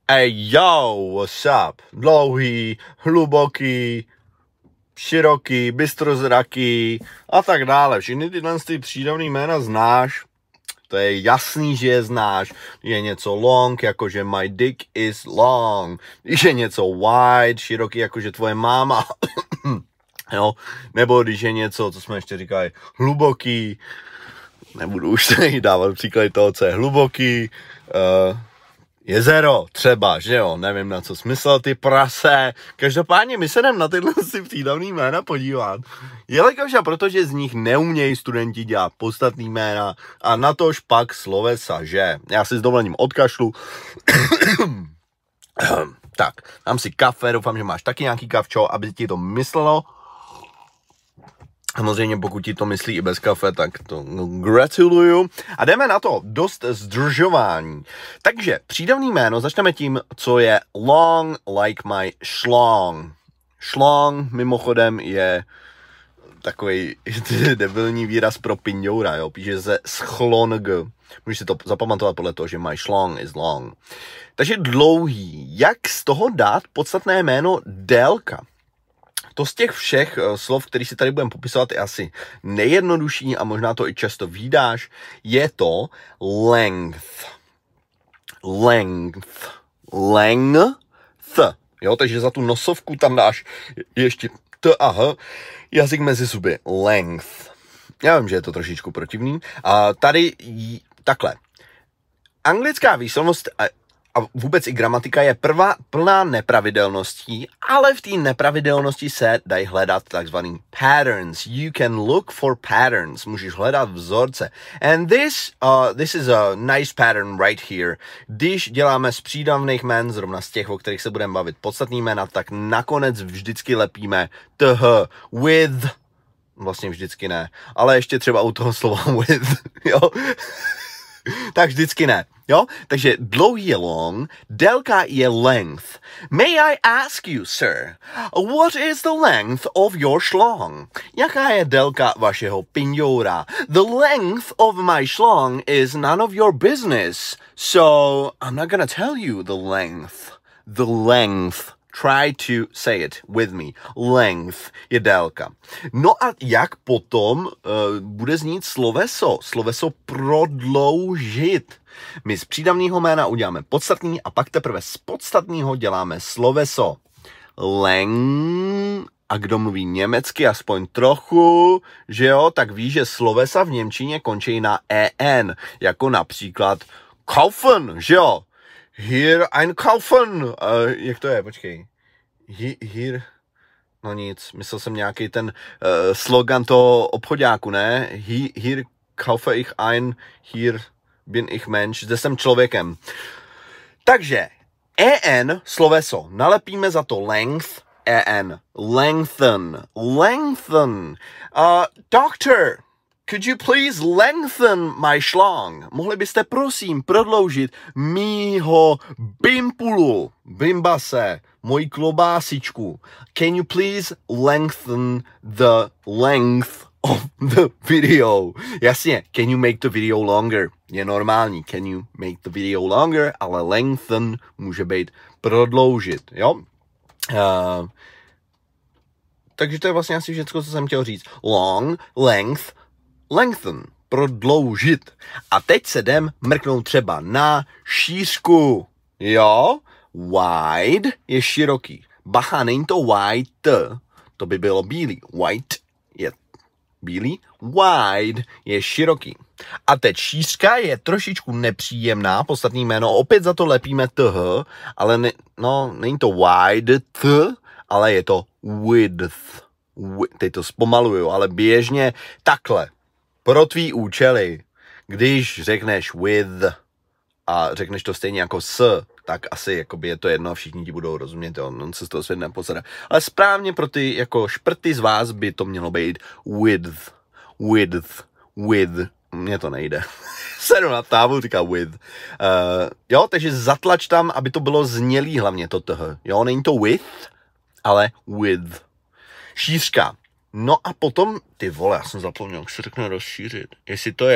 Hey yo, what's up? Dlouhý, hluboký, široký, bystrozraký a tak dále. Všechny tyhle přídavný jména znáš. To je jasný, že je znáš. Je něco long, jakože my dick is long. Když je něco wide, široký, jakože tvoje máma. Jo? Nebo když je něco, co jsme ještě říkali, hluboký. Nebudu už tady dávat příklad toho, co je hluboký. Jezero třeba, že jo, nevím na co smysl, ty prase. Každopádně my se jdem na tyhle přídavný jména podívat. Jelikož a protože z nich neumějí studenti dělat podstatný jména a natož pak slovesa, že? Já si s dovolením odkašlu. Tak, dám si kafe, doufám, že máš taky nějaký kavčo, aby ti to myslelo. Samozřejmě pokud ti to myslí i bez kafe, tak to gratuluju. A jdeme na to, dost zdržování. Takže přídavný jméno, začneme tím, co je long like my schlong. Schlong mimochodem je takový debilní výraz pro pindoura, jo, píše se schlong. Můžeš si to zapamatovat podle toho, že my schlong is long. Takže dlouhý, jak z toho dát podstatné jméno délka? To z těch všech slov, který si tady budeme popisovat, je asi nejjednodušší a možná to i často vídáš, je to length. Length. Length. Jo, takže za tu nosovku tam dáš ještě t a h, jazyk mezi zuby. Length. Já vím, že je to trošičku protivný. A tady takhle. Anglická výslovnost a vůbec i gramatika je plná nepravidelností, ale v té nepravidelnosti se dají hledat takzvaný patterns. You can look for patterns. Můžeš hledat vzorce. And this is a nice pattern right here. Když děláme z přídavných jmen, zrovna z těch, o kterých se budeme bavit podstatný jména, tak nakonec vždycky lepíme th, with. Vlastně vždycky ne, ale ještě třeba u toho slova with, jo. Tak vždycky ne, jo? Takže dlouhý je long, délka je length. May I ask you, sir, what is the length of your schlong? Jaká je délka vašeho pindoura? The length of my schlong is none of your business, so I'm not gonna tell you the length. The length. Try to say it with me. Length je délka. No a jak potom bude znít sloveso? Sloveso prodloužit. My z přídavného jména uděláme podstatný a pak teprve z podstatného děláme sloveso. Leng. A kdo mluví německy aspoň trochu, že jo, tak ví, že slovesa v němčině končí na en. Jako například kaufen, že jo. Hier ein kaufen. Jak to je? Počkej. Hier. No nic, myslel jsem nějaký ten slogan toho obchodáku, ne? Hier kaufe ich ein, hier bin ich Mensch. Zde jsem člověkem. Takže en sloveso. Nalepíme za to length, en. Lengthen. Lengthen. Doctor. Could you please lengthen my schlong? Mohli byste prosím prodloužit mýho bimpulu, bimbase, moji klobásičku. Can you please lengthen the length of the video? Jasně, can you make the video longer? Je normální, can you make the video longer, ale lengthen může být prodloužit, jo? Takže to je vlastně asi všechno, co jsem chtěl říct. Long, length, lengthen, prodloužit. A teď se jdem mrknout třeba na šířku. Jo? Wide je široký. Bacha, není to white, to by bylo bílý. White je bílý, wide je široký. A teď šířka je trošičku nepříjemná, podstatný jméno, opět za to lepíme th, ale není to wide, ale je to width. Teď to zpomaluju, ale běžně takhle. Pro tvý účely, když řekneš with a řekneš to stejně jako s, tak asi jakoby je to jedno a všichni ti budou rozumět, jo, on se z toho svět neposede. Ale správně pro ty jako šprty z vás by to mělo být with. Mně to nejde. Sedu na távu, říká with. Jo, takže zatlač tam, aby to bylo znělý hlavně to th. Jo, není to with, ale with. Šířka. No a potom, ty vole, já jsem zapomněl, jak se řekne rozšířit. Jestli to je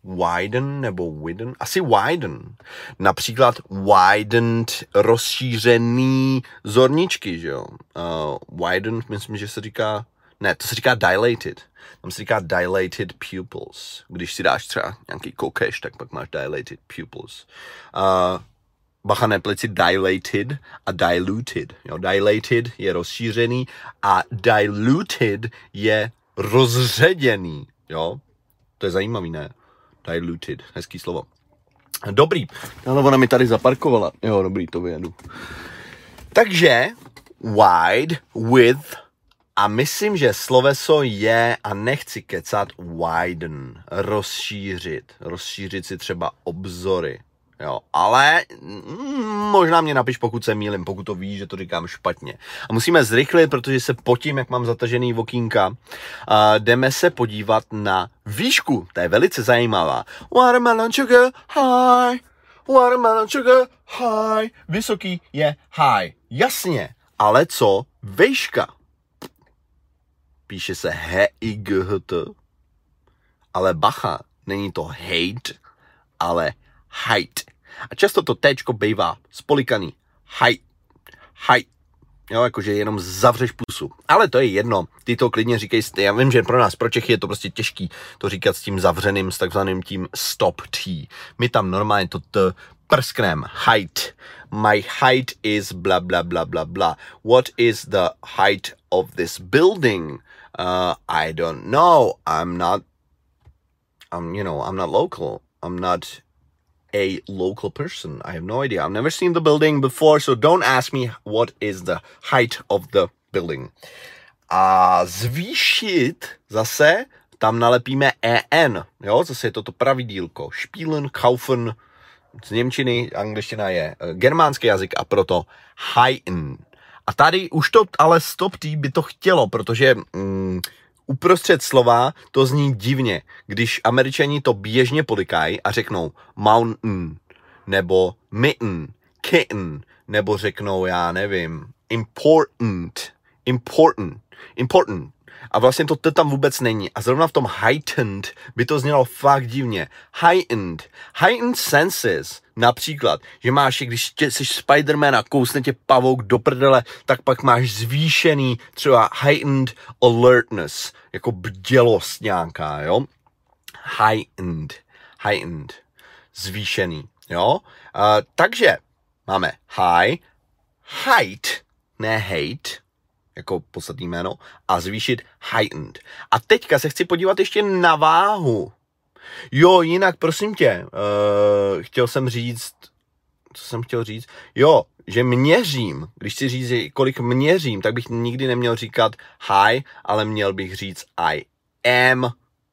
widen nebo widen? Asi widen. Například widened, rozšířený zorničky, že jo. Widen, myslím, že se říká, ne, to se říká dilated. Tam se říká dilated pupils. Když si dáš třeba nějaký kokeš, tak pak máš dilated pupils. Bacha, nepleť si dilated a diluted. Jo, dilated je rozšířený a diluted je rozředěný. Jo, to je zajímavý, ne? Diluted, hezký slovo. Dobrý, ale ona mi tady zaparkovala. Jo, dobrý, to vyjedu. Takže wide, width a myslím, že sloveso je, a nechci kecat, widen, rozšířit si třeba obzory. Jo, ale možná mě napiš, pokud se mýlim, pokud to víš, že to říkám špatně. A musíme zrychlit, protože se potím, jak mám zatažený okýnka. Jdeme se podívat na výšku, ta je velice zajímavá. Watermelon sugar high, watermelon sugar high. Vysoký je high, jasně, ale co výška? Píše se H-I-G-H-T, ale bacha, není to hate, ale height. A často to téčko bývá spolikaný. Height. Jo, jakože jenom zavřeš pusu. Ale to je jedno. Ty to klidně říkej. Já vím, že pro nás, pro Čechy je to prostě těžký to říkat s tím zavřeným, s takzvaným tím stop T. My tam normálně to T prsknem. Height. My height is bla bla bla bla bla. What is the height of this building? I don't know. I'm not local. I'm not a local person. I have no idea. I've never seen the building before, so don't ask me what is the height of the building. A zvýšit zase tam nalepíme en, jo, zase je to pravidílko. Spielen, kaufen, z němčiny, angličtina je germánský jazyk a proto heighten. A tady už to ale stop T by to chtělo, protože uprostřed slova to zní divně, když Američani to běžně polikají a řeknou mountain, nebo mitten, kitten, nebo řeknou, já nevím, important. A vlastně to tam vůbec není. A zrovna v tom heightened by to znělo fakt divně. Heightened senses, například, že máš, když jsi Spiderman a kousne tě pavouk do prdele, tak pak máš zvýšený třeba heightened alertness, jako bdělost nějaká, jo. Heightened, zvýšený, jo. Takže máme high, height, ne hate, jako podstatný jméno, a zvýšit heightened. A teďka se chci podívat ještě na váhu. Jo, jinak, prosím tě, chtěl jsem říct, co jsem chtěl říct? Jo, že měřím, když si říct, kolik měřím, tak bych nikdy neměl říkat high, ale měl bych říct I am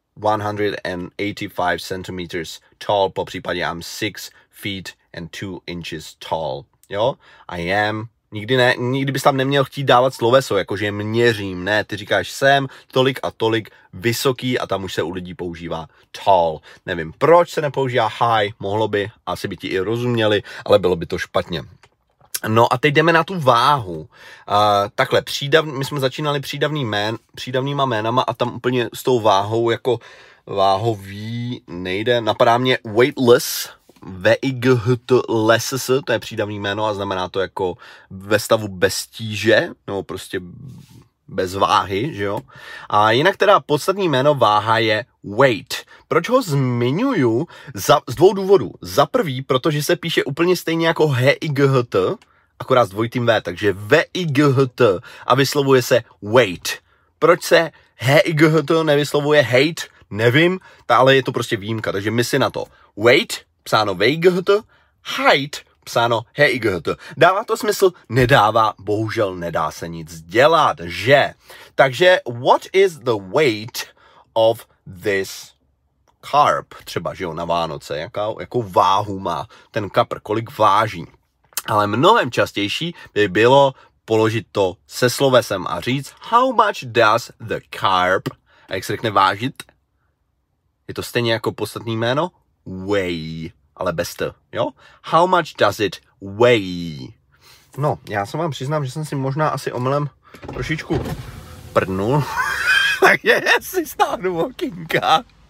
185 centimeters tall, po případě I'm 6 feet and 2 inches tall. Jo, I am. Nikdy bys tam neměl chtít dávat sloveso, jakože měřím, ne, ty říkáš jsem tolik a tolik vysoký a tam už se u lidí používá tall. Nevím, proč se nepoužívá high, mohlo by, asi by ti i rozuměli, ale bylo by to špatně. No a teď jdeme na tu váhu. Takhle, my jsme začínali přídavnýma jménama a tam úplně s tou váhou, jako váhový nejde, napadá mě weightless, V-I-G-H-T-L-E-S-S, to je přídavný jméno a znamená to jako ve stavu bez tíže, nebo prostě bez váhy, že jo. A jinak teda podstatný jméno váha je weight. Proč ho zmiňuju? Z dvou důvodů. Za prvý, protože se píše úplně stejně jako H-I-G-H-T, akorát s dvojitým V, takže V-I-G-H-T a vyslovuje se weight. Proč se H-I-G-H-T nevyslovuje hate? Nevím, ale je to prostě výjimka, takže my si na to. Weight, psáno V-I-G-H-T, height, psáno H-I-G-H-T. Dává to smysl? Nedává, bohužel nedá se nic dělat, že? Takže what is the weight of this carp? Třeba, že jo, na Vánoce, jakou váhu má ten kapr, kolik váží. Ale mnohem častější by bylo položit to se slovesem a říct how much does the carp, a jak se řekne vážit? Je to stejně jako podstatný jméno? Weigh, ale bez t, jo? How much does it weigh? No, já se vám přiznám, že jsem si možná asi omylem trošičku prdnul. Takže si stáhnu okýnka.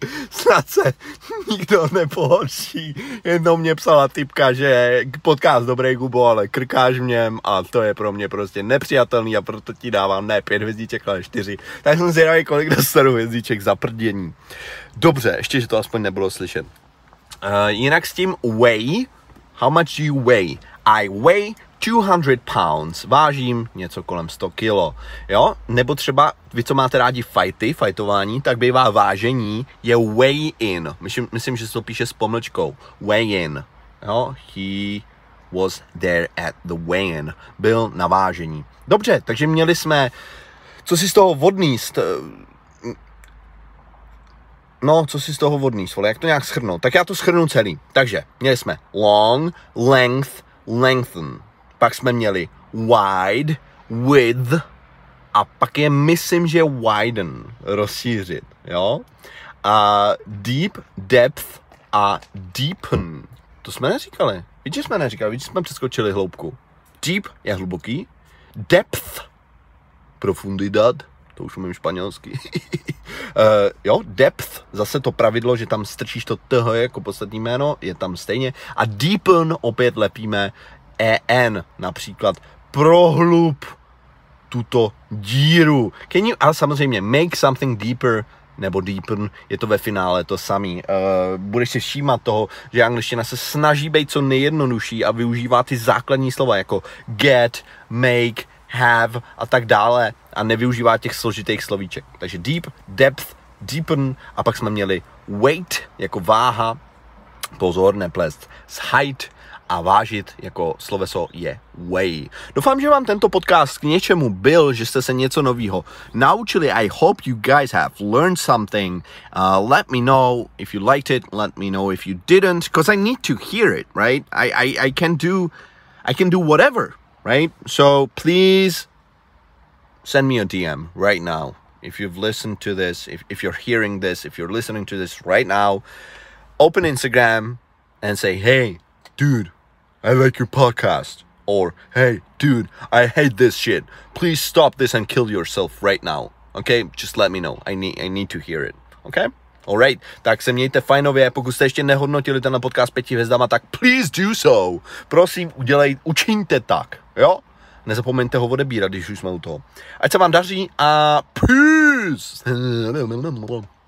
Snad se nikdo nepohorší. Jednou mě psala typka, že podcast dobrý, Kubo, ale krkáš v něm a to je pro mě prostě nepřijatelný a proto ti dávám ne 5 hvězdíček, ale 4. Tak jsem zvědavý, kolik dostanu hvězdíček za prdění. Dobře, ještě, že to aspoň nebylo slyšet. Jinak s tím weigh, how much do you weigh? I weigh 200 pounds, vážím něco kolem 100 kilo, jo? Nebo třeba vy, co máte rádi fajtování, tak bývá vážení, je weigh in. Myslím, že se to píše s pomlčkou. Weigh in, jo? He was there at the weigh-in. Byl na vážení. Dobře, takže měli jsme, co si z toho odníst? No, co si z toho odníst, vole, jak to nějak shrnout? Tak já to shrnu celý. Takže, měli jsme long, length, lengthen. Pak jsme měli wide, width a pak je, myslím, že widen, rozšířit, jo? A deep, depth a deepen. To jsme neříkali. Víš, že jsme neříkali, víš, že jsme přeskočili hloubku. Deep je hluboký, depth, profundidad, to už umím španělsky. Jo, depth, zase to pravidlo, že tam strčíš to th jako poslední jméno, je tam stejně. A deepen opět lepíme en, například prohlub tuto díru. Ale samozřejmě make something deeper nebo deepen, je to ve finále to samý. Budeš si všímat toho, že angličtina se snaží být co nejjednodušší a využívá ty základní slova jako get, make, have a tak dále a nevyužívá těch složitých slovíček. Takže deep, depth, deepen a pak jsme měli weight jako váha, pozor, neplést s height a vážit jako sloveso je weigh. Doufám, že vám tento podcast k něčemu byl, že jste se něco nového naučili. I hope you guys have learned something. Let me know if you liked it. Let me know if you didn't, because I need to hear it, right? I can do whatever, right? So please send me a DM right now. If you've listened to this, if you're hearing this, if you're listening to this right now, open Instagram and say, hey, dude, I like your podcast. Or, hey, dude, I hate this shit. Please stop this and kill yourself right now. Okay? Just let me know. I need to hear it. Okay? Alright, tak se mějte fajnově, pokud jste ještě nehodnotili ten podcast 5 hvězdama, tak please do so. Prosím, učiňte tak, jo? Nezapomeňte ho odebírat, když už jsme u toho. Ať se vám daří a peace!